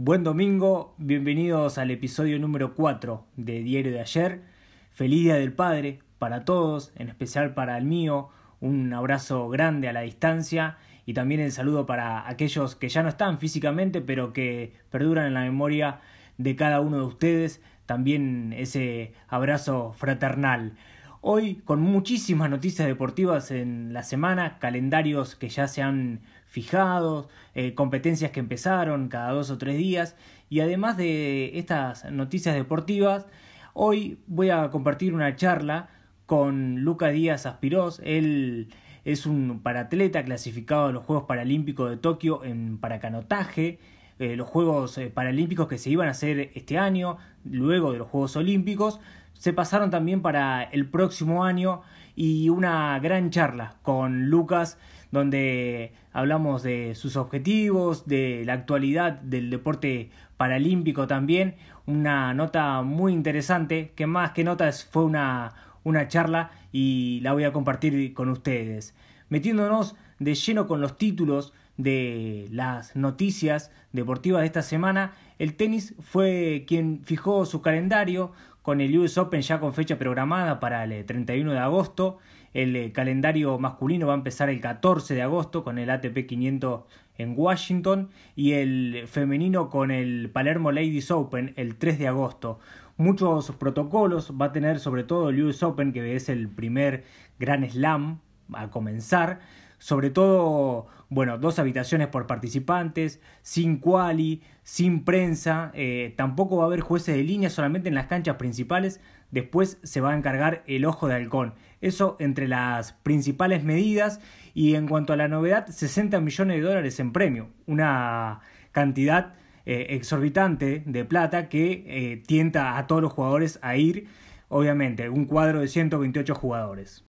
Buen domingo, bienvenidos al episodio número 4 de Diario de Ayer. Feliz Día del Padre para todos, en especial para el mío. Un abrazo grande a la distancia y también el saludo para aquellos que ya no están físicamente, pero que perduran en la memoria de cada uno de ustedes. También ese abrazo fraternal. Hoy con muchísimas noticias deportivas en la semana, calendarios que ya se han fijado, competencias que empezaron cada 2 o 3 días, y además de estas noticias deportivas, hoy voy a compartir una charla con Luca Díaz Aspirós. Él es un paratleta clasificado a los Juegos Paralímpicos de Tokio en paracanotaje, los Juegos Paralímpicos que se iban a hacer este año, luego de los Juegos Olímpicos, se pasaron también para el próximo año, y una gran charla con Lucas donde hablamos de sus objetivos, de la actualidad del deporte paralímpico también. Una nota muy interesante, que más que notas fue una charla, y la voy a compartir con ustedes. Metiéndonos de lleno con los títulos de las noticias deportivas de esta semana, el tenis fue quien fijó su calendario con el US Open ya con fecha programada para el 31 de agosto. El calendario masculino va a empezar el 14 de agosto con el ATP 500 en Washington, y el femenino con el Palermo Ladies Open el 3 de agosto. Muchos protocolos va a tener, sobre todo el US Open, que es el primer Grand Slam a comenzar. Sobre todo, 2 habitaciones por participantes, sin quali, sin prensa, tampoco va a haber jueces de línea, solamente en las canchas principales. Después se va a encargar el ojo de halcón. Eso entre las principales medidas. Y en cuanto a la novedad, $60 millones en premio, una cantidad exorbitante de plata que tienta a todos los jugadores a ir. Obviamente, un cuadro de 128 jugadores.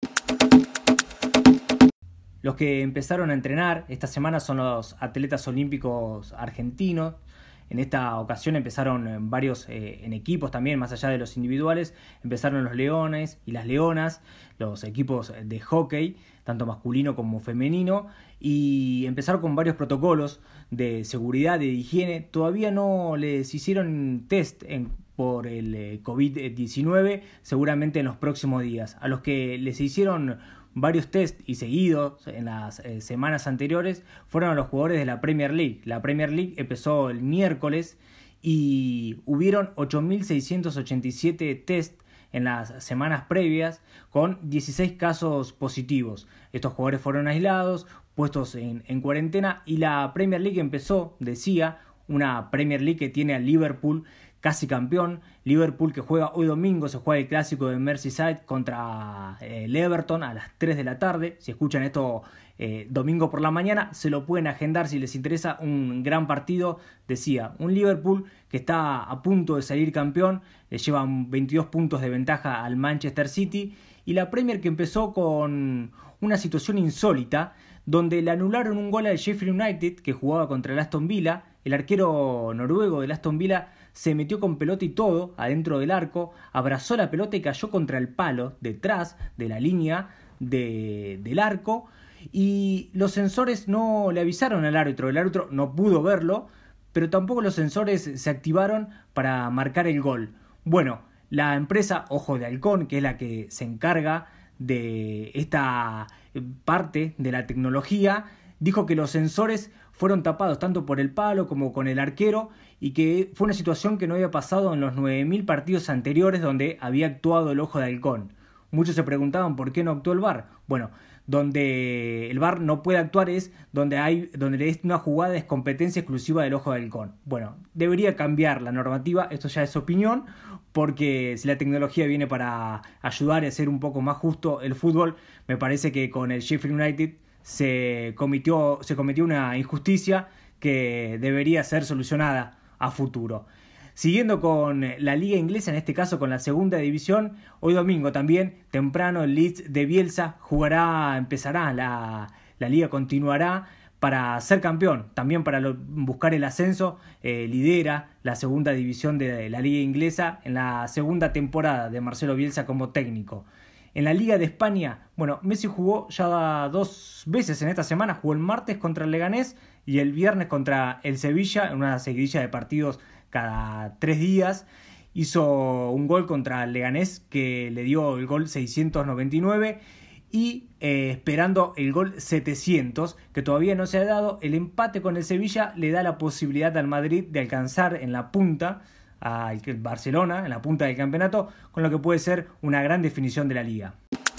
Los que empezaron a entrenar esta semana son los atletas olímpicos argentinos. En esta ocasión empezaron varios en equipos también, más allá de los individuales. Empezaron los leones y las leonas, los equipos de hockey, tanto masculino como femenino, y empezaron con varios protocolos de seguridad, de higiene. Todavía no les hicieron test por el COVID-19, seguramente en los próximos días. A los que les hicieron varios test y seguidos en las semanas anteriores fueron a los jugadores de la Premier League. La Premier League empezó el miércoles y hubieron 8.687 test en las semanas previas, con 16 casos positivos. Estos jugadores fueron aislados, puestos en cuarentena, y la Premier League empezó, decía, una Premier League que tiene al Liverpool casi campeón. Liverpool, que juega hoy domingo, se juega el clásico de Merseyside contra el Everton a las 3 de la tarde. Si escuchan esto domingo por la mañana, se lo pueden agendar si les interesa. Un gran partido, decía, un Liverpool que está a punto de salir campeón, le lleva 22 puntos de ventaja al Manchester City, y la Premier que empezó con una situación insólita, donde le anularon un gol al Sheffield United, que jugaba contra el Aston Villa. El arquero noruego del Aston Villa se metió con pelota y todo adentro del arco, abrazó la pelota y cayó contra el palo detrás de la línea del arco, y los sensores no le avisaron al árbitro. El árbitro no pudo verlo, pero tampoco los sensores se activaron para marcar el gol. La empresa Ojo de Halcón, que es la que se encarga de esta parte de la tecnología, dijo que los sensores fueron tapados tanto por el palo como con el arquero, y que fue una situación que no había pasado en los 9.000 partidos anteriores donde había actuado el Ojo de Halcón. Muchos se preguntaban por qué no actuó el VAR. Donde el VAR no puede actuar es donde es una jugada, es competencia exclusiva del Ojo de Halcón. Debería cambiar la normativa, esto ya es opinión, porque si la tecnología viene para ayudar y hacer un poco más justo el fútbol, me parece que con el Sheffield United se cometió una injusticia que debería ser solucionada a futuro. Siguiendo con la liga inglesa, en este caso con la segunda división, hoy domingo también, temprano, el Leeds de Bielsa empezará la liga, continuará para ser campeón, también para buscar el ascenso. Lidera la segunda división de la liga inglesa en la segunda temporada de Marcelo Bielsa como técnico. En la Liga de España, bueno, Messi jugó ya 2 veces en esta semana. Jugó el martes contra el Leganés y el viernes contra el Sevilla, en una seguidilla de partidos cada 3 días. Hizo un gol contra el Leganés que le dio el gol 699 y esperando el gol 700, que todavía no se ha dado. El empate con el Sevilla le da la posibilidad al Madrid de alcanzar en la punta al Barcelona, en la punta del campeonato, con lo que puede ser una gran definición de la liga.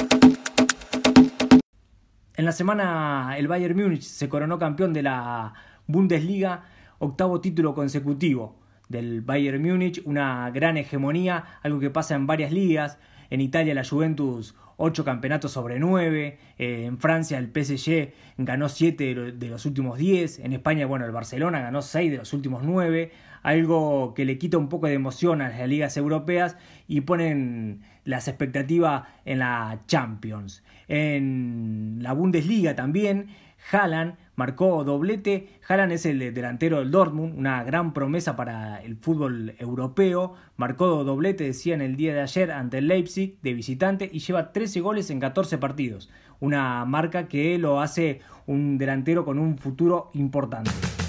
En la semana el Bayern Múnich se coronó campeón de la Bundesliga, 8º título consecutivo del Bayern Múnich, una gran hegemonía, algo que pasa en varias ligas. En Italia la Juventus 8 campeonatos sobre 9, en Francia el PSG ganó 7 de los últimos 10, en España el Barcelona ganó 6 de los últimos 9, algo que le quita un poco de emoción a las ligas europeas y ponen las expectativas en la Champions. En la Bundesliga también Haaland marcó doblete. Haaland es el delantero del Dortmund, una gran promesa para el fútbol europeo. Marcó doblete, decía, en el día de ayer ante el Leipzig de visitante y lleva 13 goles en 14 partidos. Una marca que lo hace un delantero con un futuro importante.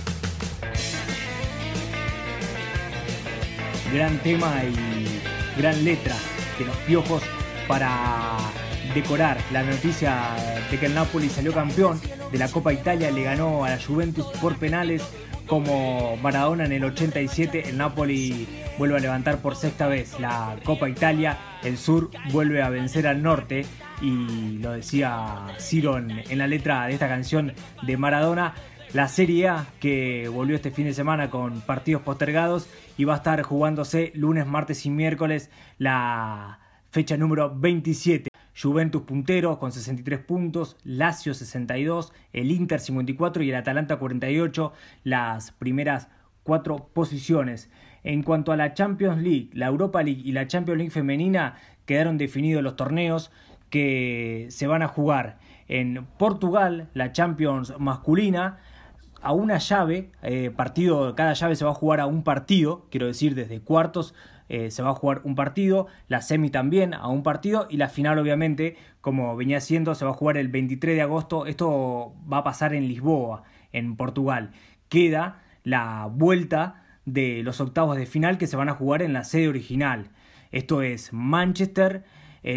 Gran tema y gran letra de los Piojos para decorar la noticia de que el Napoli salió campeón de la Copa Italia, le ganó a la Juventus por penales como Maradona en el 87. El Napoli vuelve a levantar por 6ª vez la Copa Italia, el sur vuelve a vencer al norte y lo decía Ciro en la letra de esta canción de Maradona. La Serie A, que volvió este fin de semana con partidos postergados y va a estar jugándose lunes, martes y miércoles la fecha número 27. Juventus puntero con 63 puntos, Lazio 62, el Inter 54 y el Atalanta 48, las primeras 4 posiciones. En cuanto a la Champions League, la Europa League y la Champions League femenina, quedaron definidos los torneos que se van a jugar en Portugal, la Champions masculina, a una llave, cada llave se va a jugar a un partido, quiero decir, desde cuartos se va a jugar un partido, la semi también a un partido y la final obviamente, como venía siendo, se va a jugar el 23 de agosto, esto va a pasar en Lisboa, en Portugal. Queda la vuelta de los octavos de final que se van a jugar en la sede original, esto es Manchester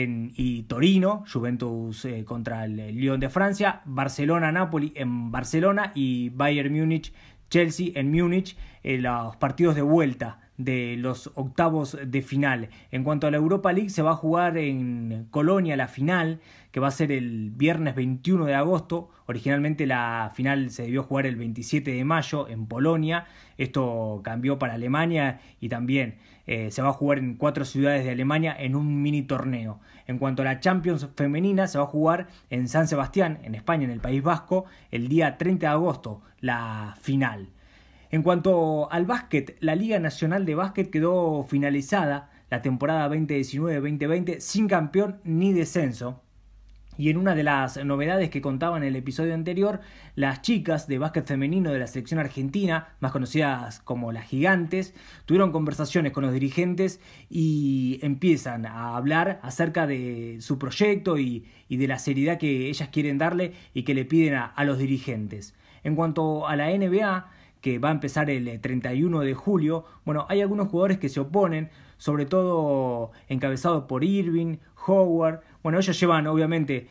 y Torino, Juventus contra el Lyon de Francia, Barcelona-Napoli en Barcelona y Bayern Múnich-Chelsea en Múnich, los partidos de vuelta de los octavos de final. En cuanto a la Europa League, se va a jugar en Colonia la final, que va a ser el viernes 21 de agosto. Originalmente la final se debió jugar el 27 de mayo en Polonia. Esto cambió para Alemania y también se va a jugar en 4 ciudades de Alemania en un mini torneo. En cuanto a la Champions femenina, se va a jugar en San Sebastián, en España, en el País Vasco, el día 30 de agosto, la final. En cuanto al básquet, la Liga Nacional de Básquet quedó finalizada la temporada 2019-2020 sin campeón ni descenso. Y en una de las novedades que contaba en el episodio anterior, las chicas de básquet femenino de la selección argentina, más conocidas como las Gigantes, tuvieron conversaciones con los dirigentes y empiezan a hablar acerca de su proyecto y de la seriedad que ellas quieren darle y que le piden a los dirigentes. En cuanto a la NBA, que va a empezar el 31 de julio, hay algunos jugadores que se oponen, sobre todo encabezados por Irving, Howard. Ellos llevan obviamente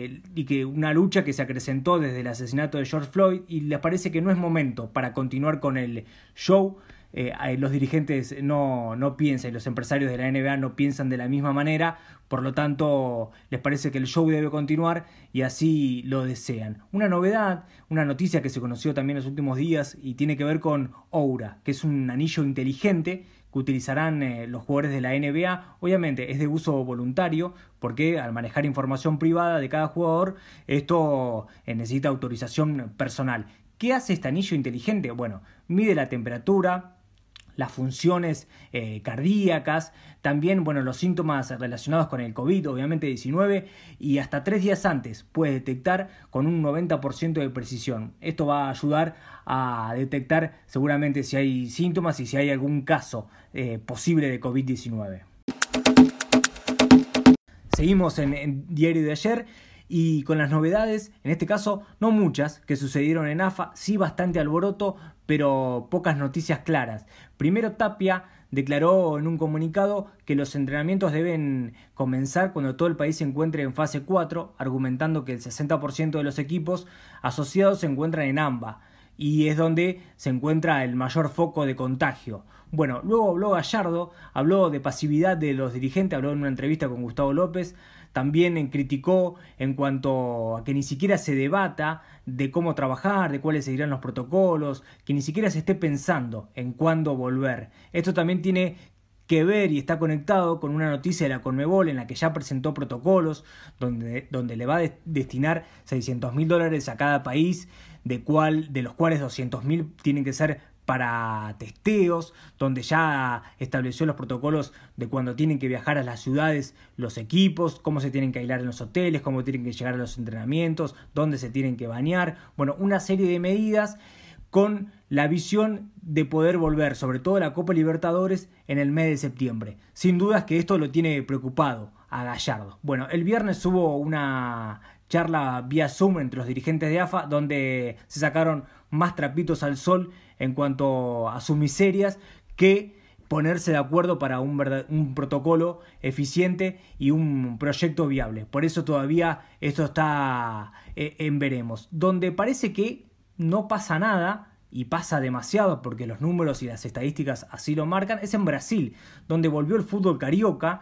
y que una lucha que se acrecentó desde el asesinato de George Floyd y les parece que no es momento para continuar con el show. Los dirigentes no piensan, y los empresarios de la NBA no piensan de la misma manera, por lo tanto les parece que el show debe continuar y así lo desean. Una novedad, una noticia que se conoció también en los últimos días y tiene que ver con Oura, que es un anillo inteligente que utilizarán los jugadores de la NBA. Obviamente es de uso voluntario porque al manejar información privada de cada jugador esto necesita autorización personal. ¿Qué hace este anillo inteligente? Mide la temperatura, las funciones cardíacas, también los síntomas relacionados con el COVID, obviamente 19, y hasta 3 días antes puede detectar con un 90% de precisión. Esto va a ayudar a detectar seguramente si hay síntomas y si hay algún caso posible de COVID-19. seguimos en Diario de Ayer y con las novedades, en este caso no muchas, que sucedieron en AFA, sí bastante alboroto, pero pocas noticias claras. Primero Tapia declaró en un comunicado que los entrenamientos deben comenzar cuando todo el país se encuentre en fase 4, argumentando que el 60% de los equipos asociados se encuentran en AMBA y es donde se encuentra el mayor foco de contagio. Bueno, luego habló Gallardo, habló de pasividad de los dirigentes, habló en una entrevista con Gustavo López, también criticó en cuanto a que ni siquiera se debata de cómo trabajar, de cuáles seguirán los protocolos, que ni siquiera se esté pensando en cuándo volver. Esto también tiene que ver y está conectado con una noticia de la Conmebol en la que ya presentó protocolos donde le va a destinar $600.000 a cada país, de los cuales 200.000 tienen que ser para testeos, donde ya estableció los protocolos de cuando tienen que viajar a las ciudades los equipos, cómo se tienen que aislar en los hoteles, cómo tienen que llegar a los entrenamientos, dónde se tienen que bañar. Bueno, una serie de medidas con la visión de poder volver, sobre todo la Copa Libertadores, en el mes de septiembre. Sin dudas que esto lo tiene preocupado a Gallardo. Bueno, el viernes hubo una charla vía Zoom entre los dirigentes de AFA, donde se sacaron más trapitos al sol en cuanto a sus miserias que ponerse de acuerdo para un protocolo eficiente y un proyecto viable. Por eso todavía esto está en veremos. Donde parece que no pasa nada, y pasa demasiado porque los números y las estadísticas así lo marcan, es en Brasil, donde volvió el fútbol carioca.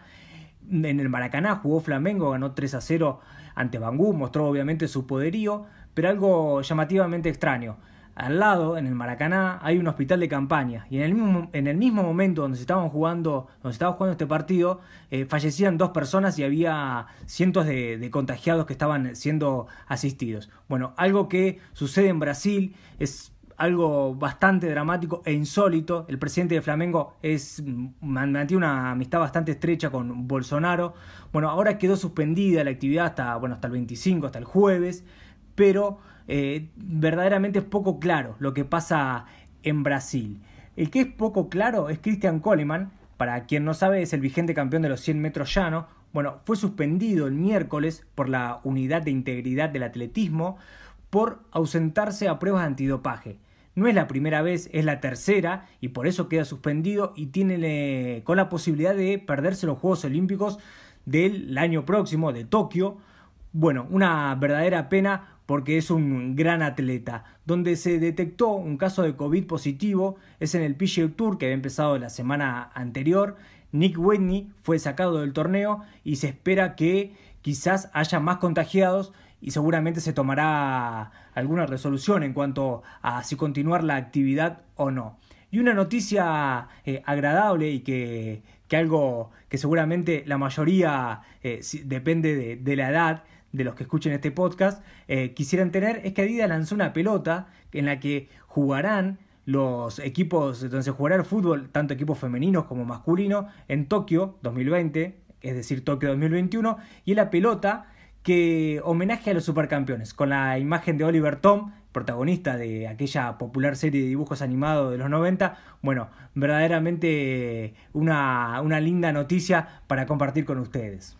En el Maracaná jugó Flamengo, ganó 3-0 ante Bangu, mostró obviamente su poderío, pero algo llamativamente extraño. Al lado, en el Maracaná, hay un hospital de campaña y en el mismo momento donde se estaba jugando este partido, fallecían 2 personas y había cientos de contagiados que estaban siendo asistidos. Bueno, algo que sucede en Brasil es algo bastante dramático e insólito. El presidente de Flamengo mantiene una amistad bastante estrecha con Bolsonaro. Bueno, ahora quedó suspendida la actividad hasta el 25, hasta el jueves, pero verdaderamente es poco claro lo que pasa en Brasil. El que es poco claro es Christian Coleman, para quien no sabe es el vigente campeón de los 100 metros llano. Bueno, fue suspendido el miércoles por la Unidad de Integridad del Atletismo por ausentarse a pruebas de antidopaje. No es la primera vez, es la tercera y por eso queda suspendido y tiene con la posibilidad de perderse los Juegos Olímpicos del año próximo, de Tokio. Bueno, una verdadera pena porque es un gran atleta. Donde se detectó un caso de COVID positivo es en el PGA Tour, que había empezado la semana anterior. Nick Whitney fue sacado del torneo y se espera que quizás haya más contagiados y seguramente se tomará alguna resolución en cuanto a si continuar la actividad o no. Y una noticia agradable y que algo que seguramente la mayoría depende de la edad de los que escuchen este podcast quisieran tener, es que Adidas lanzó una pelota en la que jugarán los equipos, donde se jugará el fútbol, tanto equipos femeninos como masculinos, en Tokio 2020, es decir, Tokio 2021, y la pelota que homenaje a los supercampeones, con la imagen de Oliver Tom, protagonista de aquella popular serie de dibujos animados de los 90. Bueno, verdaderamente una linda noticia para compartir con ustedes.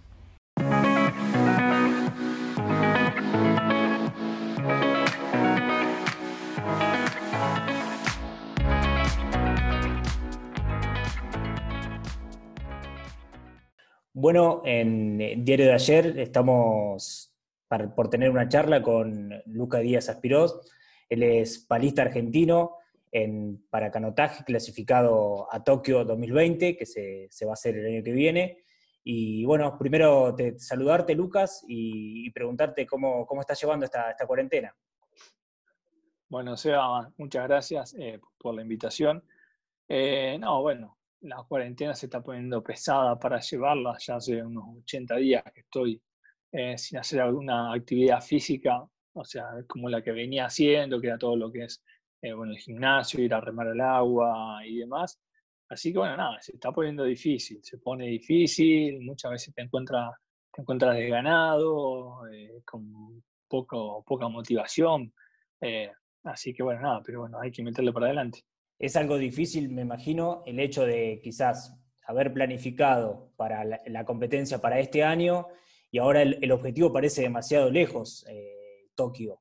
Bueno, en Diario de Ayer estamos por tener una charla con Luca Díaz Aspirós. Él es palista argentino en paracanotaje clasificado a Tokio 2020, que se va a hacer el año que viene. Y bueno, primero saludarte, Lucas, y preguntarte cómo estás llevando esta cuarentena. Bueno, Seba, muchas gracias por la invitación. Bueno, la cuarentena se está poniendo pesada para llevarla. Ya hace unos 80 días que estoy sin hacer alguna actividad física, o sea, como la que venía haciendo, que era todo lo que es el gimnasio, ir a remar al agua y demás. Así que bueno, nada, se está poniendo difícil, se pone difícil, muchas veces te encuentras desganado, con poca motivación. Así que bueno, nada, pero bueno, hay que meterle para adelante. Es algo difícil, me imagino, el hecho de quizás haber planificado para la competencia para este año y ahora el objetivo parece demasiado lejos, Tokio.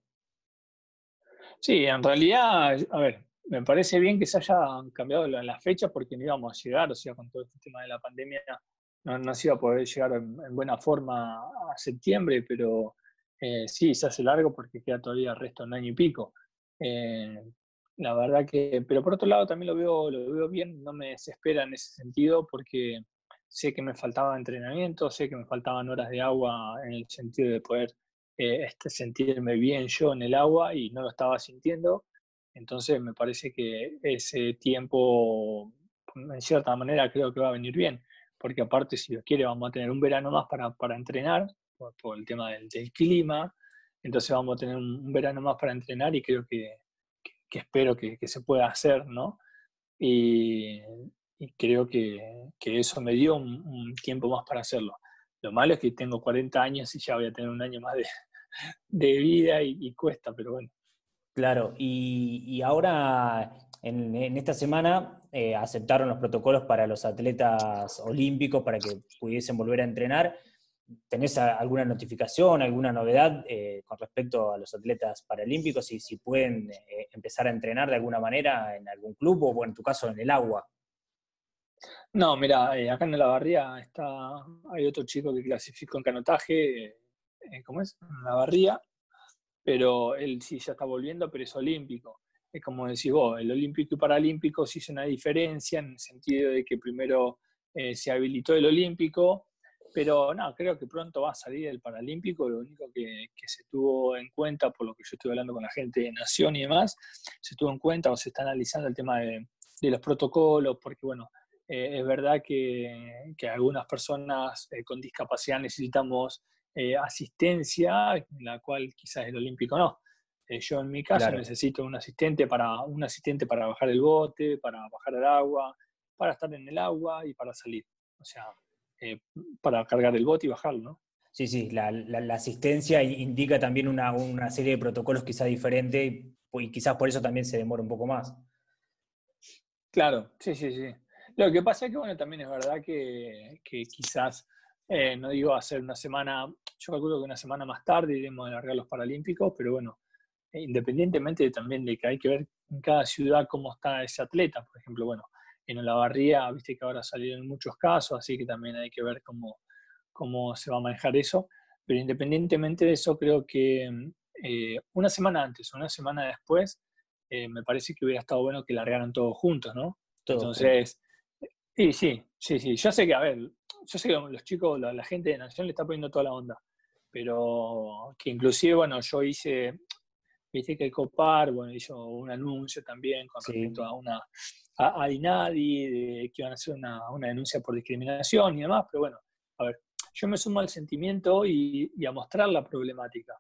Sí, en realidad, a ver, me parece bien que se haya cambiado la fecha porque no íbamos a llegar, o sea, con todo este tema de la pandemia, no se iba a poder llegar en buena forma a septiembre, pero sí, se hace largo porque queda todavía el resto de un año y pico. Eh, la verdad que, pero por otro lado también lo veo bien, no me desespera en ese sentido porque sé que me faltaba entrenamiento, sé que me faltaban horas de agua en el sentido de poder sentirme bien yo en el agua y no lo estaba sintiendo. Entonces me parece que ese tiempo, en cierta manera, creo que va a venir bien, porque aparte, si Dios quiere, vamos a tener un verano más para entrenar, por el tema del clima. Entonces vamos a tener un verano más para entrenar y creo que espero que se pueda hacer, ¿no? Y, y creo que eso me dio un tiempo más para hacerlo. Lo malo es que tengo 40 años y ya voy a tener un año más de vida y cuesta, pero bueno. Claro, y ahora en esta semana aceptaron los protocolos para los atletas olímpicos para que pudiesen volver a entrenar. ¿Tenés alguna notificación, alguna novedad con respecto a los atletas paralímpicos y si pueden empezar a entrenar de alguna manera en algún club o en tu caso en el agua? No, mira, acá en la barría hay otro chico que clasificó en canotaje, ¿cómo es? En la barría, pero él sí ya está volviendo, pero es olímpico. Es como decís vos, el olímpico y paralímpico sí hizo una diferencia en el sentido de que primero se habilitó el olímpico, pero no, creo que pronto va a salir el paralímpico. Lo único que se tuvo en cuenta, por lo que yo estuve hablando con la gente de Nación y demás, se tuvo en cuenta o se está analizando el tema de los protocolos, porque bueno, es verdad que algunas personas con discapacidad necesitamos asistencia, en la cual quizás el olímpico no. Yo en mi caso Claro. necesito un asistente para bajar el bote, para bajar el agua, para estar en el agua y para salir. O sea, eh, para cargar el bote y bajarlo, ¿no? Sí, sí, la asistencia indica también una serie de protocolos quizás diferentes y quizás por eso también se demora un poco más. Claro, sí, sí, sí. Lo que pasa es que, bueno, también es verdad que quizás, no digo hacer una semana, yo calculo que una semana más tarde iremos a alargar los Paralímpicos, pero bueno, independientemente también de que hay que ver en cada ciudad cómo está ese atleta. Por ejemplo, bueno, en Olavarría, viste que ahora salieron muchos casos, así que también hay que ver cómo se va a manejar eso. Pero independientemente de eso, creo que una semana antes o una semana después, me parece que hubiera estado bueno que largaran todos juntos, ¿no? Todo junto. Entonces, y sí, sí, sí. Yo sé que, a ver, yo sé que los chicos, la gente de Nación le está poniendo toda la onda, pero que inclusive, bueno, yo viste que el COPAR, bueno, hizo un anuncio también con respecto Sí, a Dinadi, de que iban a hacer una denuncia por discriminación y demás, pero bueno, a ver, yo me sumo al sentimiento y a mostrar la problemática.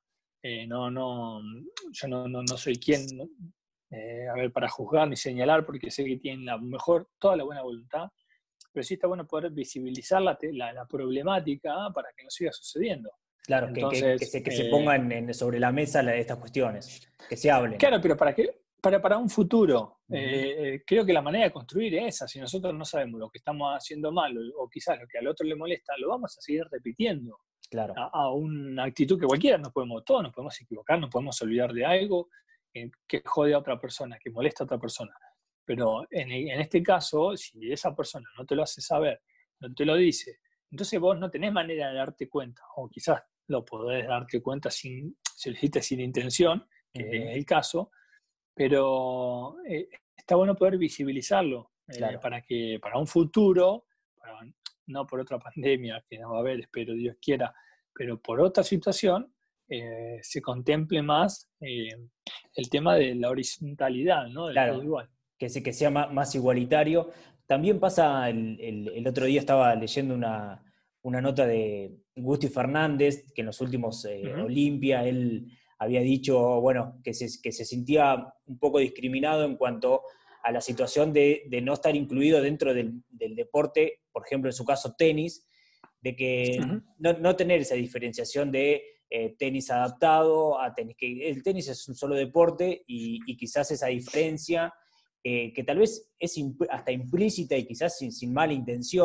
Yo no soy quien, ¿no? A ver, para juzgar ni señalar, porque sé que tienen toda la buena voluntad, pero sí está bueno poder visibilizar la problemática para que no siga sucediendo. claro, Entonces, que se pongan sobre la mesa estas cuestiones, que se hablen. claro, pero ¿para qué? Para un futuro. Ujú. Creo que la manera de construir es esa. Si nosotros no sabemos lo que estamos haciendo mal o quizás lo que al otro le molesta, lo vamos a seguir repitiendo Claro, a una actitud que cualquiera todos nos podemos equivocar, nos podemos olvidar de algo que jode a otra persona, que molesta a otra persona. Pero en este caso, si esa persona no te lo hace saber, no te lo dice, entonces vos no tenés manera de darte cuenta, o quizás lo podés darte cuenta si lo hiciste sin intención, que ujú, es el caso, pero está bueno poder visibilizarlo claro. para un futuro, no por otra pandemia que no va a haber, espero Dios quiera, pero por otra situación, se contemple más el tema de la horizontalidad, ¿no? Del todo Claro, igual. que sea más igualitario. También pasa, el otro día estaba leyendo una nota de Gusti Fernández, que en los últimos Ujú, Olimpia él había dicho, bueno, que se sentía un poco discriminado en cuanto a la situación de no estar incluido dentro del deporte, por ejemplo, en su caso tenis, de que ujú. no tener esa diferenciación de tenis adaptado a tenis, que el tenis es un solo deporte y quizás esa diferencia, que tal vez es hasta implícita y quizás sin mala intención,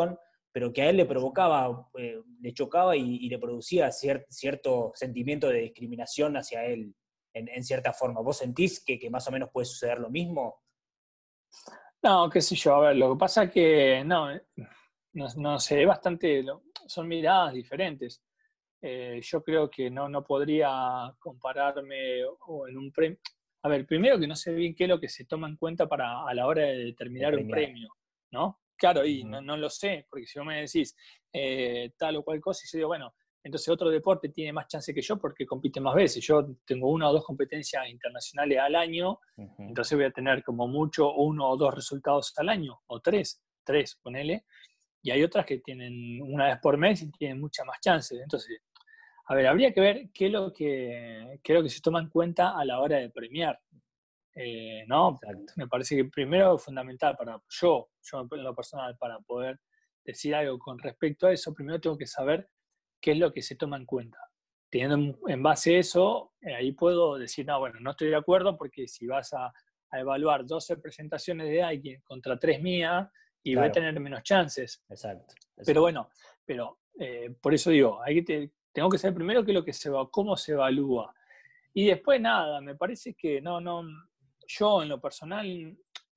pero que a él le provocaba, le chocaba y le producía cierto sentimiento de discriminación hacia él, en cierta forma. ¿Vos sentís que más o menos puede suceder lo mismo? No, qué sé yo, a ver, lo que pasa es que no sé, es bastante, son miradas diferentes. Yo creo que no podría compararme o en un premio. A ver, primero que no sé bien qué es lo que se toma en cuenta a la hora de De determinar un premiar. premio, ¿no? Claro, y Uh-huh. no lo sé, porque si vos me decís tal o cual cosa, y yo digo, bueno, entonces otro deporte tiene más chance que yo porque compite más veces. Yo tengo 1 o 2 competencias internacionales al año, Uh-huh. entonces voy a tener como mucho 1 o 2 resultados al año, o tres, ponele. Y hay otras que tienen 1 vez por mes y tienen muchas más chances. Entonces, a ver, habría que ver qué es lo que se toma en cuenta a la hora de premiar. ¿No? Exacto. Me parece que primero es fundamental para yo en lo personal, para poder decir algo con respecto a eso, primero tengo que saber qué es lo que se toma en cuenta. Teniendo en base a eso, ahí puedo decir, no, bueno, no estoy de acuerdo porque si vas a evaluar 12 presentaciones de alguien contra 3 mías, y voy a Claro, tener menos chances. exacto. Pero bueno, por eso digo, tengo que saber primero qué es lo que cómo se evalúa. Y después nada, me parece que yo en lo personal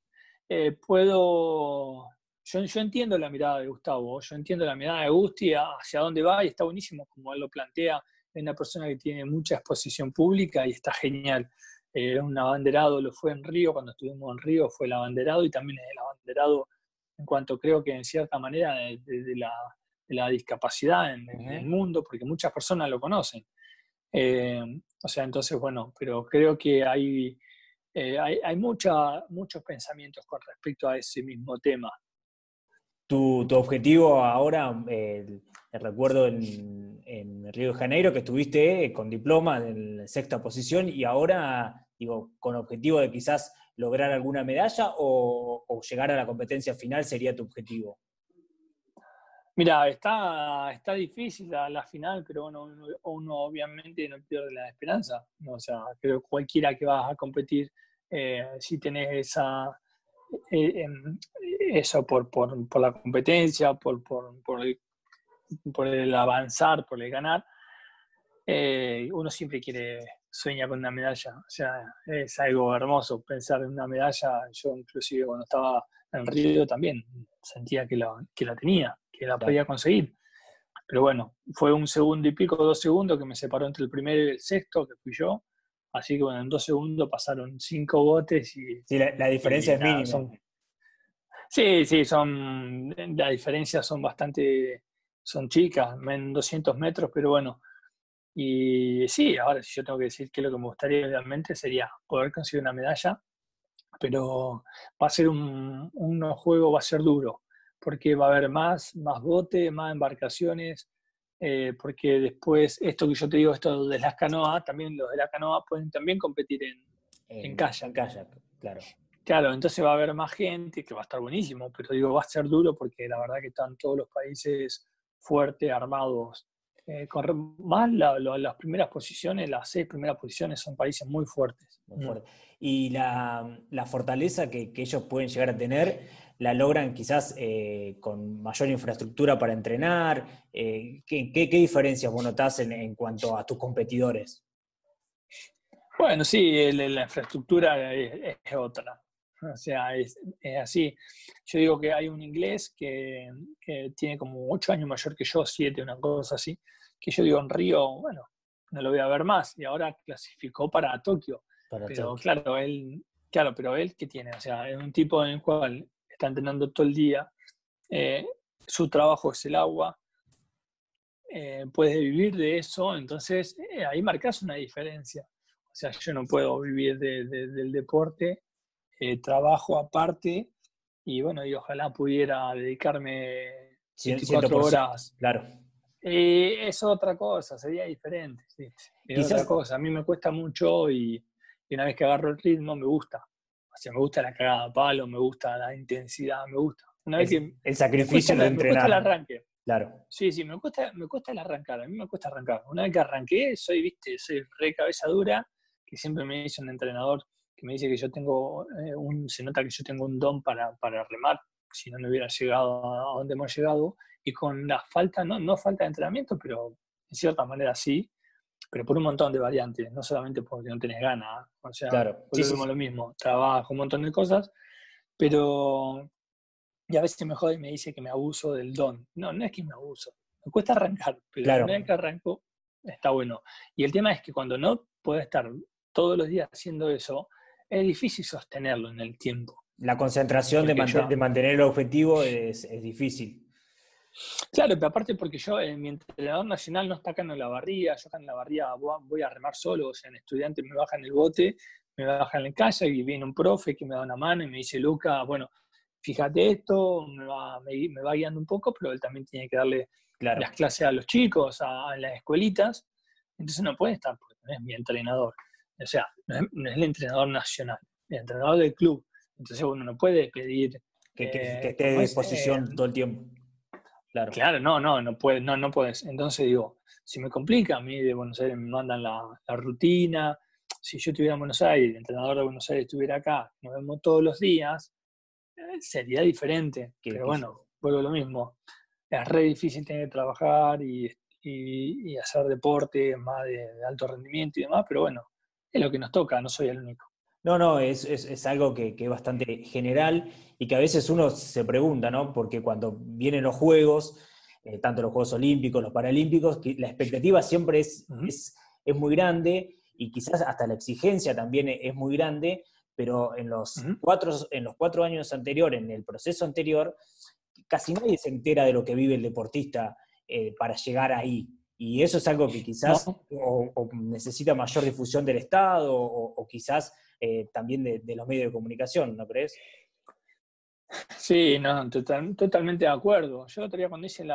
puedo, yo entiendo la mirada de Gustavo, yo entiendo la mirada de Gusti hacia dónde va y está buenísimo como él lo plantea. Es una persona que tiene mucha exposición pública y está genial. Un abanderado, lo fue en Río, cuando estuvimos en Río fue el abanderado y también es el abanderado en cuanto creo que en cierta manera de la discapacidad en el mundo, porque muchas personas lo conocen. O sea, entonces, bueno, pero creo que hay muchos pensamientos con respecto a ese mismo tema. Tu objetivo ahora, recuerdo en Río de Janeiro que estuviste con diploma en la 6ª posición y ahora, digo, con objetivo de quizás lograr alguna medalla o llegar a la competencia final sería tu objetivo. Mira, está difícil la final, pero uno obviamente no pierde la esperanza. O sea, creo que cualquiera que vas a competir, si tenés eh, eso por la competencia, por el avanzar, por el ganar, uno siempre sueña con una medalla. O sea, es algo hermoso pensar en una medalla. Yo inclusive cuando estaba en Río también sentía que la tenía, que la Claro. podía conseguir. Pero bueno, fue 1 segundo y pico, 2 segundos que me separó entre el primero y el sexto, que fui yo. Así que bueno, en 2 segundos pasaron 5 botes Sí, la diferencia y es nada, mínima. sí, las diferencias son chicas, en 200 metros, pero bueno. Y sí, ahora si yo tengo que decir que lo que me gustaría realmente sería poder conseguir una medalla, pero va a ser un juego, va a ser duro, porque va a haber más botes, más embarcaciones, porque después, esto que yo te digo, esto de las canoas, también los de la canoa pueden también competir en kayak. En kayak, claro. Claro, entonces va a haber más gente, que va a estar buenísimo, pero digo, va a ser duro porque la verdad que están todos los países fuertes, armados. Más las primeras posiciones, las 6 primeras posiciones son países muy fuertes. Muy fuerte. Y la fortaleza que ellos pueden llegar a tener, la logran quizás con mayor infraestructura para entrenar. ¿Qué diferencias vos notás en cuanto a tus competidores? Bueno, sí, la infraestructura es otra. O sea, es así. Yo digo que hay un inglés que tiene como 8 años mayor que yo, 7, una cosa así, que yo digo en Río, bueno, no lo voy a ver más, y ahora clasificó para Tokio. Para Pero Tokio. pero él, ¿qué tiene? O sea, es un tipo en el cual está entrenando todo el día, eh, su trabajo es el agua, puede vivir de eso, entonces ahí marcas una diferencia. O sea, yo no puedo vivir del deporte, trabajo aparte y bueno, y ojalá pudiera dedicarme 24 100%, horas. claro. Es otra cosa, sería diferente, ¿sí? Es otra Quizás, cosa. A mí me cuesta mucho y una vez que agarro el ritmo me gusta. O sea, me gusta la cagada a palo, me gusta la intensidad, me gusta. Una vez que el sacrificio de me cuesta el entrenar, arranque. claro. Sí, me cuesta el arrancar, a mí me cuesta arrancar. Una vez que arranqué, soy re cabeza dura, que siempre me dice un entrenador que me dice que yo tengo, se nota que yo tengo un don para remar, si no, no hubiera llegado a donde hemos llegado, y con la falta, no falta de entrenamiento, pero en cierta manera sí, pero por un montón de variantes, no solamente porque no tenés ganas, o sea, Claro, sí, sí, volvemos a sí. lo mismo, trabajo, un montón de cosas, pero y a veces me jode y me dice que me abuso del don. No, no es que me abuso, me cuesta arrancar, pero una vez Claro, que arranco, está bueno. Y el tema es que cuando no puedo estar todos los días haciendo eso, es difícil sostenerlo en el tiempo, la concentración porque de yo, mantener el objetivo es difícil. claro, pero aparte porque yo, mi entrenador nacional no está acá en la barría, yo acá en la barría voy a remar solo, o sea, en estudiante me baja en el bote, me baja en la casa y viene un profe que me da una mano y me dice, Luca, bueno, fíjate esto, me va guiando un poco, pero él también tiene que darle las Claro. clases a los chicos, a las escuelitas, entonces no puede estar, porque no es mi entrenador, o sea, no es el entrenador nacional, el entrenador del club, entonces uno no puede pedir, Que esté ¿cómo a es? disposición todo el tiempo. Claro. Claro, no puedes, no puedes. Entonces digo, si me complica, a mí de Buenos Aires me mandan la rutina, si yo estuviera en Buenos Aires, el entrenador de Buenos Aires estuviera acá, nos vemos todos los días, sería diferente. Qué Pero difícil. bueno, vuelvo a lo mismo. Es re difícil tener que trabajar y hacer deporte más de alto rendimiento y demás, pero bueno, es lo que nos toca, no soy el único. No, no, es algo que es bastante general y que a veces uno se pregunta, ¿no? Porque cuando vienen los Juegos, tanto los Juegos Olímpicos, los Paralímpicos, que la expectativa siempre Ujú, es muy grande y quizás hasta la exigencia también es muy grande, pero ujú. en los 4 años anteriores, en el proceso anterior, casi nadie se entera de lo que vive el deportista para llegar ahí. Y eso es algo que quizás No, o necesita mayor difusión del Estado o quizás también de los medios de comunicación, ¿no crees? sí, no, totalmente de acuerdo. Yo el otro día cuando hice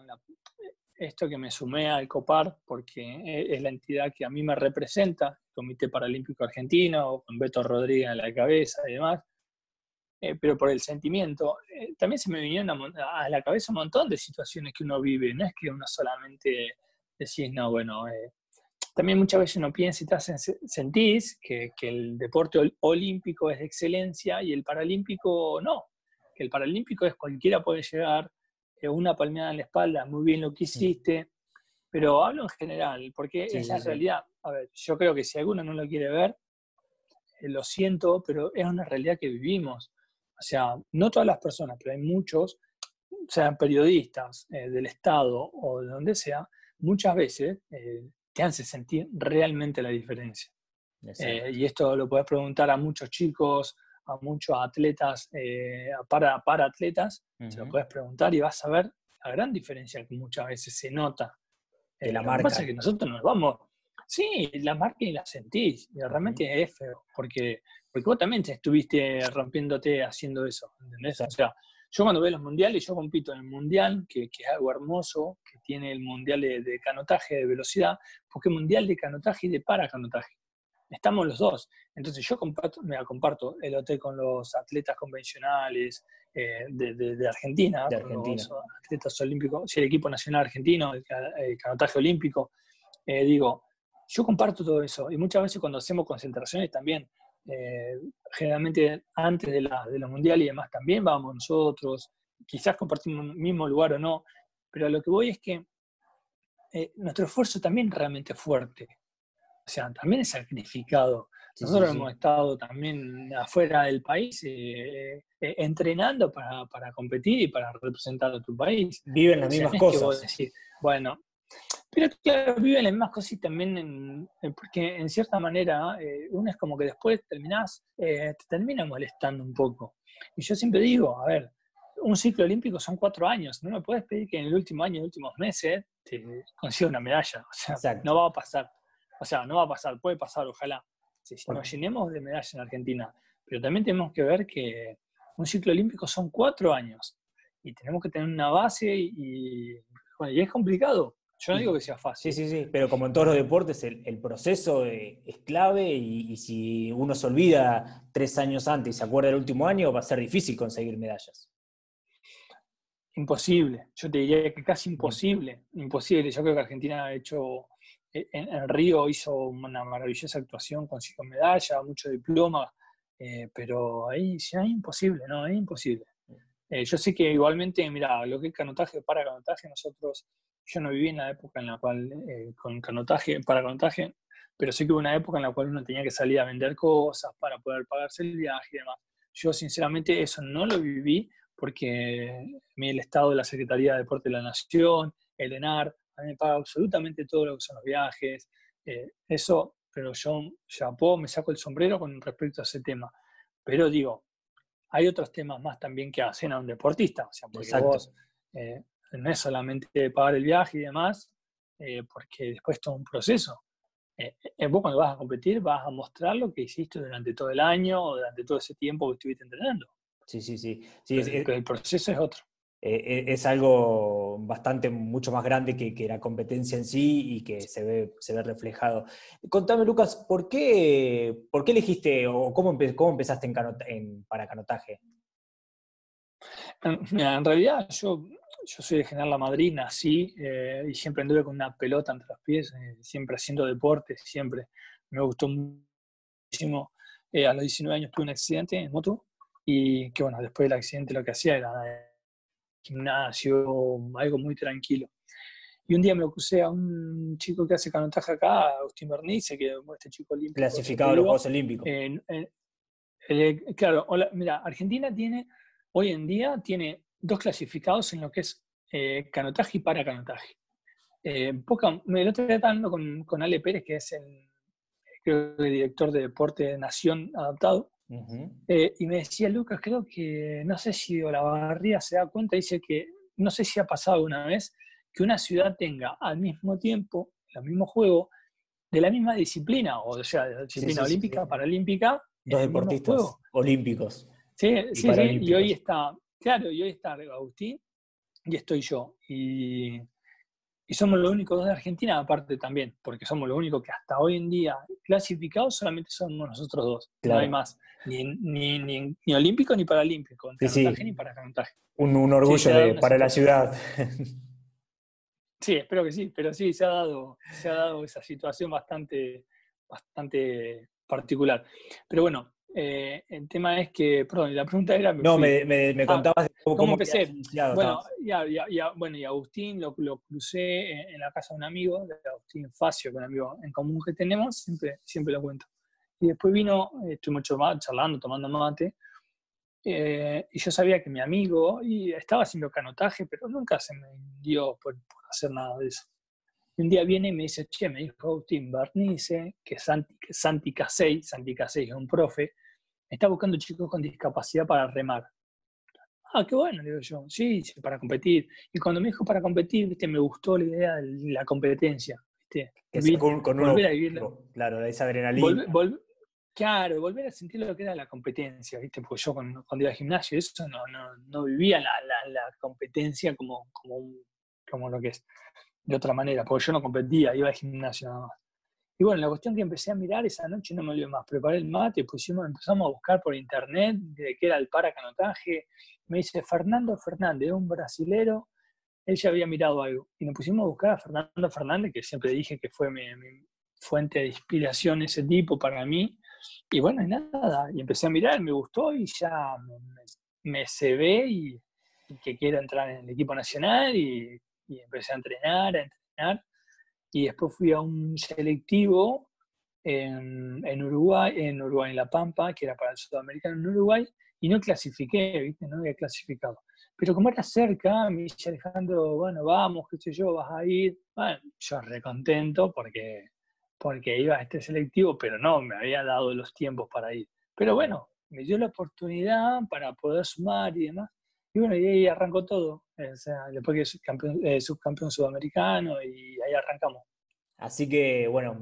esto que me sumé al COPAR, porque es la entidad que a mí me representa, el Comité Paralímpico Argentino, con Beto Rodríguez a la cabeza y demás, pero por el sentimiento, también se me vinieron a la cabeza un montón de situaciones que uno vive, no es que uno solamente decís, no, bueno, también muchas veces uno piensa y sentís que el deporte olímpico es de excelencia y el paralímpico no, que el paralímpico es cualquiera puede llegar, una palmeada en la espalda, muy bien lo que hiciste, pero hablo en general, porque Sí, es sí, la sí. realidad. A ver, yo creo que si alguno no lo quiere ver, lo siento, pero es una realidad que vivimos. O sea, no todas las personas, pero hay muchos, sean periodistas del Estado o de donde sea, muchas veces te hacen sentir realmente la diferencia. Exacto. Y esto lo puedes preguntar a muchos chicos, a muchos atletas, para atletas, se lo Ujú. puedes preguntar y vas a ver la gran diferencia que muchas veces se nota. Que la Lo que pasa es marcan. que nosotros nos vamos, sí, la marca y la sentís, y Ujú. realmente es feo, porque vos también te estuviste rompiéndote haciendo eso, ¿entendés? O Exacto. sea, yo cuando veo los mundiales, yo compito en el mundial, que es algo hermoso, que tiene el mundial de canotaje de velocidad, porque es mundial de canotaje y de paracanotaje. Estamos los dos. Entonces yo comparto el hotel con los atletas convencionales de Argentina, De con Argentina. los atletas olímpicos, sí, el equipo nacional argentino, el canotaje olímpico. Digo, yo comparto todo eso y muchas veces cuando hacemos concentraciones también, eh, generalmente antes de la mundial y demás también vamos nosotros, quizás compartimos el mismo lugar o no, pero a lo que voy es que nuestro esfuerzo también es realmente fuerte, o sea, también es sacrificado. Sí, sí, Nosotros hemos sí. estado también afuera del país entrenando para competir y para representar a tu país. Viven las O sea, mismas no es que vos cosas. decís, bueno, pero claro, viven las mismas cosas y también, porque en cierta manera uno es como que después terminás, te termina molestando un poco. Y yo siempre digo, a ver, un ciclo olímpico son 4 años, no me puedes pedir que en el último año, en los últimos meses, te consiga una medalla. O sea, Exacto. no va a pasar. O sea, no va a pasar, puede pasar, ojalá. Si nos llenemos de medallas en Argentina. Pero también tenemos que ver que un ciclo olímpico son 4 años. Y tenemos que tener una base bueno, y es complicado. Yo no digo que sea Sí, fácil. sí, sí, pero como en todos los deportes, el proceso es clave y si uno se olvida 3 años antes y se acuerda del último año, va a ser difícil conseguir medallas. Imposible. Yo te diría que casi Mm. imposible. Imposible. Yo creo que Argentina ha hecho, en Río hizo una maravillosa actuación, consiguió medalla, mucho diploma, pero ahí sí es imposible, ¿no? Es imposible. Yo sé que igualmente, mira, lo que es canotaje, para canotaje, yo no viví en la época en la cual, con canotaje, para canotaje, pero sé que hubo una época en la cual uno tenía que salir a vender cosas para poder pagarse el viaje y demás. Yo sinceramente eso no lo viví porque a mí el Estado de la Secretaría de Deporte de la Nación, el ENAR, a mí me paga absolutamente todo lo que son los viajes, eso, pero yo me saco el sombrero con respecto a ese tema. Pero digo, hay otros temas más también que hacen a un deportista, o sea, porque Exacto. vos no es solamente pagar el viaje y demás, porque después todo un proceso. Vos cuando vas a competir vas a mostrar lo que hiciste durante todo el año o durante todo ese tiempo que estuviste entrenando, Sí, sí, sí. Sí, pero el proceso es otro. es algo mucho más grande que la competencia en sí y que se ve reflejado. Contame, Lucas, ¿por qué elegiste o cómo empezaste en paracanotaje? Mira, en realidad yo soy de General La Madrid, nací y siempre anduve con una pelota entre los pies, siempre haciendo deporte, siempre me gustó muchísimo. A los 19 años tuve un accidente en moto y que bueno, después del accidente lo que hacía era gimnasio, algo muy tranquilo. Y un día me lo crucé a un chico que hace canotaje acá, Agustín Bernice, que es este chico olímpico, ya te Clasificado a los digo. Juegos Olímpicos. Claro, mira, Argentina hoy en día tiene dos clasificados en lo que es canotaje y paracanotaje. El otro día estaba hablando con Ale Pérez, que es creo que el director de Deporte de Nación Adaptado, Uh-huh. y me decía, Lucas, creo que, no sé si Olavarría se da cuenta, dice que, no sé si ha pasado una vez, que una ciudad tenga al mismo tiempo, el mismo juego, de la misma disciplina, o sea, de la Sí, disciplina sí, sí, sí. olímpica, paralímpica, en Dos el mismo deportistas juego. olímpicos Sí, y sí, sí, y hoy paralímpicos. está, claro, y hoy está Agustín y estoy yo. Y somos los únicos dos de Argentina, aparte también, porque somos los únicos que hasta hoy en día clasificados solamente somos nosotros dos. No hay Claro. más, ni olímpico ni paralímpico, en Sí, canotaje ni sí. para canotaje. Un Sí, orgullo se ha dado una para la situación. ciudad. Sí, espero que sí, pero sí, se ha dado esa situación bastante particular. Pero bueno, el tema es que, perdón, la pregunta era, me No, fui. me Ah, contabas de ¿cómo cómo habías empecé? iniciado. Bueno, bueno, y Agustín lo crucé en la casa de un amigo, de Agustín Facio, que es un amigo en común que tenemos, siempre lo cuento. Y después vino, estuvimos charlando, tomando mate, y yo sabía que mi amigo estaba haciendo canotaje, pero nunca se me dio por hacer nada de eso. Y un día viene y me dice, che, me dijo Agustín Bernice, que Santi Casey es un profe, está buscando chicos con discapacidad para remar. Ah, qué bueno, le digo yo. Sí, sí, para competir. Y cuando me dijo para competir, viste, me gustó la idea de la competencia, viste, Que sea con un volver a vivirla, objetivo. Claro, esa adrenalina. volver, claro, volver a sentir lo que era la competencia, viste, porque yo cuando iba al gimnasio, eso no vivía la competencia como lo que es, de otra manera, porque yo no competía, iba al gimnasio nada más. Y bueno, la cuestión que empecé a mirar esa noche no me olvidé más. Preparé el mate, empezamos a buscar por internet de qué era el paracanotaje. Me dice Fernando Fernández, un brasilero. Él ya había mirado algo. Y nos pusimos a buscar a Fernando Fernández, que siempre dije que fue mi fuente de inspiración ese tipo para mí. Y bueno, y nada. Y empecé a mirar, me gustó y ya me cebé y que quiero entrar en el equipo nacional y empecé a entrenar y después fui a un selectivo en Uruguay, en La Pampa, que era para el sudamericano en Uruguay, y no clasifiqué, ¿viste? No había clasificado. Pero como era cerca, me dice Alejandro, bueno, vamos, qué sé yo, vas a ir. Bueno, yo recontento porque iba a este selectivo, pero no me había dado los tiempos para ir. Pero bueno, me dio la oportunidad para poder sumar y demás. Y bueno, y ahí arrancó todo. O sea, después que subcampeón sudamericano y ahí arrancamos. Así que, bueno,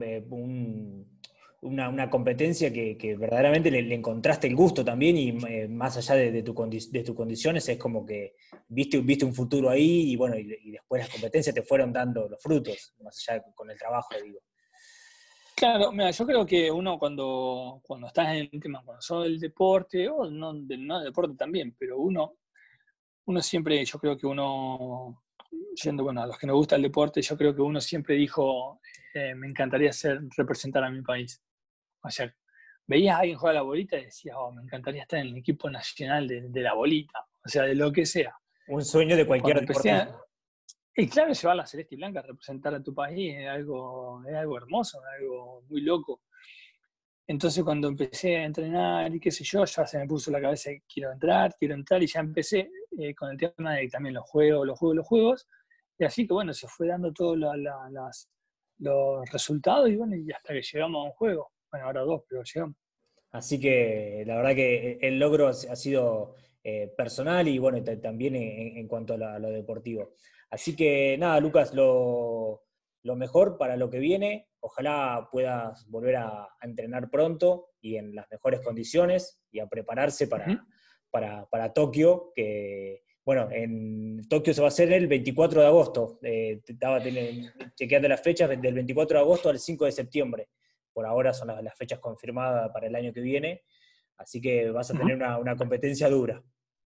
una competencia que verdaderamente le encontraste el gusto también y más allá de tus condiciones es como que viste un futuro ahí y bueno, y después las competencias te fueron dando los frutos, más allá con el trabajo, digo. Claro, mira, yo creo que uno cuando estás en el tema, cuando sos del deporte, o no del deporte también, pero uno siempre, yo creo que uno, yendo, bueno, a los que nos gusta el deporte, yo creo que uno siempre dijo, me encantaría representar a mi país. O sea, veías a alguien jugar a la bolita y decías, oh, me encantaría estar en el equipo nacional de la bolita. o sea, de lo que sea. Un sueño de cualquier Cuando empecé deportista. y claro, llevar la celeste y blanca, representar a tu país es algo hermoso, es algo muy loco. Entonces cuando empecé a entrenar y qué sé yo, ya se me puso la cabeza que quiero entrar y ya empecé con el tema de también los juegos. Y así que bueno, se fue dando todos los resultados y bueno, y hasta que llegamos a un juego. Bueno, ahora dos, pero llegamos. Así que la verdad que el logro ha sido personal y bueno, también en cuanto a lo deportivo. Así que nada, Lucas, lo mejor para lo que viene. Ojalá puedas volver a entrenar pronto y en las mejores condiciones y a prepararse para Tokio, que bueno, en Tokio se va a hacer el 24 de agosto. Estaba chequeando las fechas del 24 de agosto al 5 de septiembre. Por ahora son las fechas confirmadas para el año que viene, así que vas a tener una competencia dura.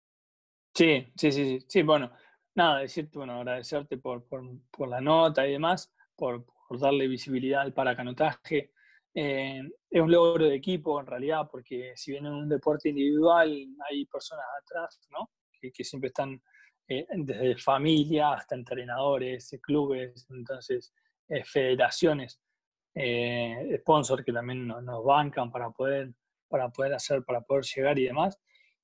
Sí, bueno, nada, decirte, bueno, agradecerte por la nota y demás, por darle visibilidad al paracanotaje. Es un logro de equipo en realidad, porque si bien en un deporte individual hay personas atrás, ¿no? Que siempre están desde familia hasta entrenadores, clubes, entonces federaciones, sponsors que también nos bancan para poder llegar y demás.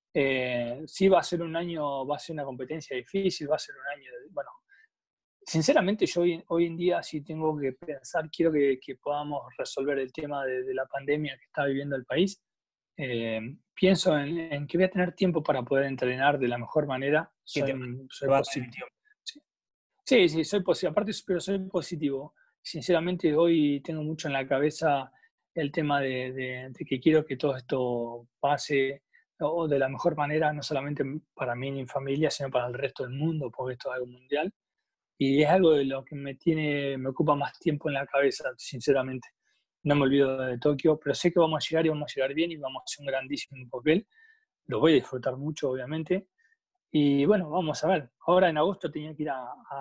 Sí va a ser un año, va a ser una competencia difícil, va a ser un año, bueno, sinceramente yo hoy en día sí tengo que pensar, quiero que podamos resolver el tema de la pandemia que está viviendo el país. Pienso en que voy a tener tiempo para poder entrenar de la mejor manera. Soy positivo. Sí, soy positivo, aparte, pero soy positivo. Sinceramente hoy tengo mucho en la cabeza el tema de que quiero que todo esto pase o de la mejor manera, no solamente para mí ni mi familia, sino para el resto del mundo, porque esto es algo mundial. Y es algo de lo que me ocupa más tiempo en la cabeza, sinceramente. No me olvido de Tokio, pero sé que vamos a llegar y vamos a llegar bien y vamos a hacer un grandísimo papel. Lo voy a disfrutar mucho, obviamente. Y bueno, vamos a ver. Ahora en agosto tenía que ir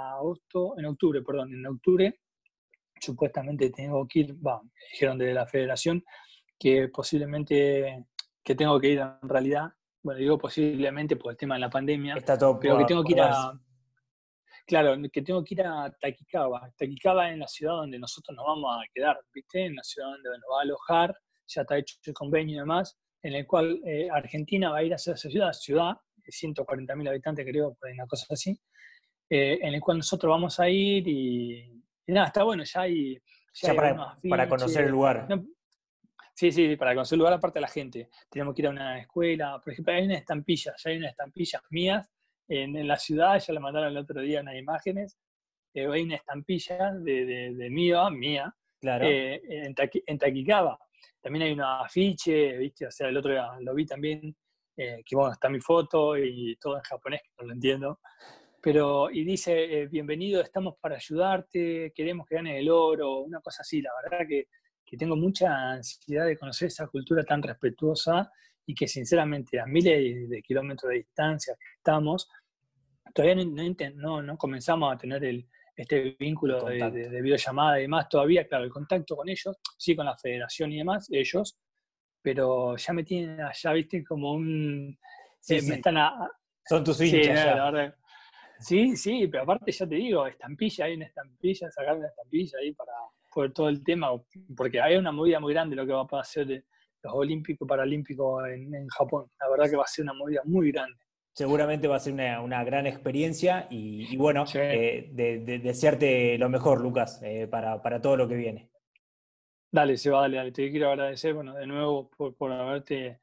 en octubre supuestamente tengo que ir, me dijeron de la federación que posiblemente que tengo que ir en realidad, bueno, digo posiblemente por el tema de la pandemia, Está todo pero que tengo que ir darse. claro, que tengo que ir a Taquicaba. Taquicaba es la ciudad donde nosotros nos vamos a quedar, ¿viste? En la ciudad donde nos va a alojar, ya está hecho el convenio y demás, en el cual Argentina va a ir a esa ciudad de 140.000 habitantes, creo, por una cosa así, en el cual nosotros vamos a ir y nada, está bueno, ya hay para conocer el lugar. No, sí, para conocer el lugar aparte de la gente. Tenemos que ir a una escuela, por ejemplo, hay unas estampillas mías en la ciudad, ya le mandaron el otro día unas imágenes, hay una estampilla de mía, Claro. en Taquicaba. También hay un afiche, ¿viste? O sea, el otro día lo vi también, que bueno, está mi foto y todo en japonés, que no lo entiendo. Pero, y dice, bienvenido, estamos para ayudarte, queremos que ganes el oro, una cosa así. La verdad que tengo mucha ansiedad de conocer esa cultura tan respetuosa y que sinceramente a miles de kilómetros de distancia que estamos, todavía no comenzamos a tener este vínculo de videollamada y demás. Todavía, claro, el contacto con ellos, sí, con la federación y demás, ellos, pero ya me tienen allá, viste, como un... Sí. Me están son tus hinchas sí, ya. La verdad. Sí, pero aparte ya te digo, hay una estampilla, sacar una estampilla ahí por todo el tema, porque hay una movida muy grande lo que va a pasar de los Olímpicos, Paralímpicos en Japón. La verdad que va a ser una movida muy grande. Seguramente va a ser una gran experiencia y bueno, Sí. desearte lo mejor, Lucas, para todo lo que viene. Dale, Seba, dale. Te quiero agradecer, bueno, de nuevo por haberte,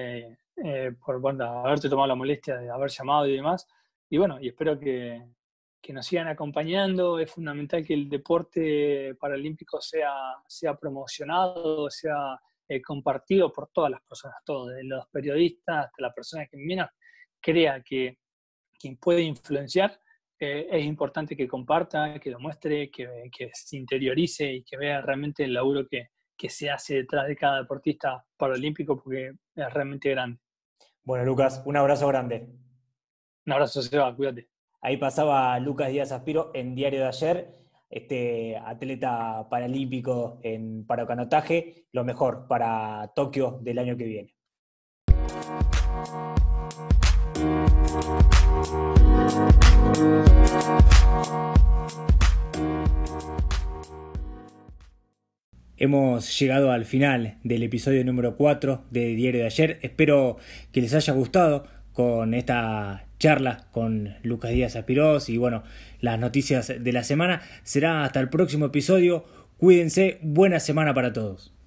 haberte tomado la molestia de haber llamado y demás. Y bueno, y espero que nos sigan acompañando. Es fundamental que el deporte paralímpico sea promocionado, sea compartido por todas las personas, todos, desde los periodistas hasta la persona que menos crea que quien puede influenciar. Es importante que comparta, que lo muestre, que se interiorice y que vea realmente el laburo que se hace detrás de cada deportista paralímpico, porque es realmente grande. Bueno, Lucas, un abrazo grande. Un abrazo, Seba, cuídate. Ahí pasaba Lucas Díaz Aspiro en Diario de Ayer, este atleta paralímpico en paracanotaje, lo mejor para Tokio del año que viene. Hemos llegado al final del episodio número 4 de Diario de Ayer. Espero que les haya gustado con esta charla con Lucas Díaz Aspirós y bueno, las noticias de la semana. Será hasta el próximo episodio. Cuídense, buena semana para todos.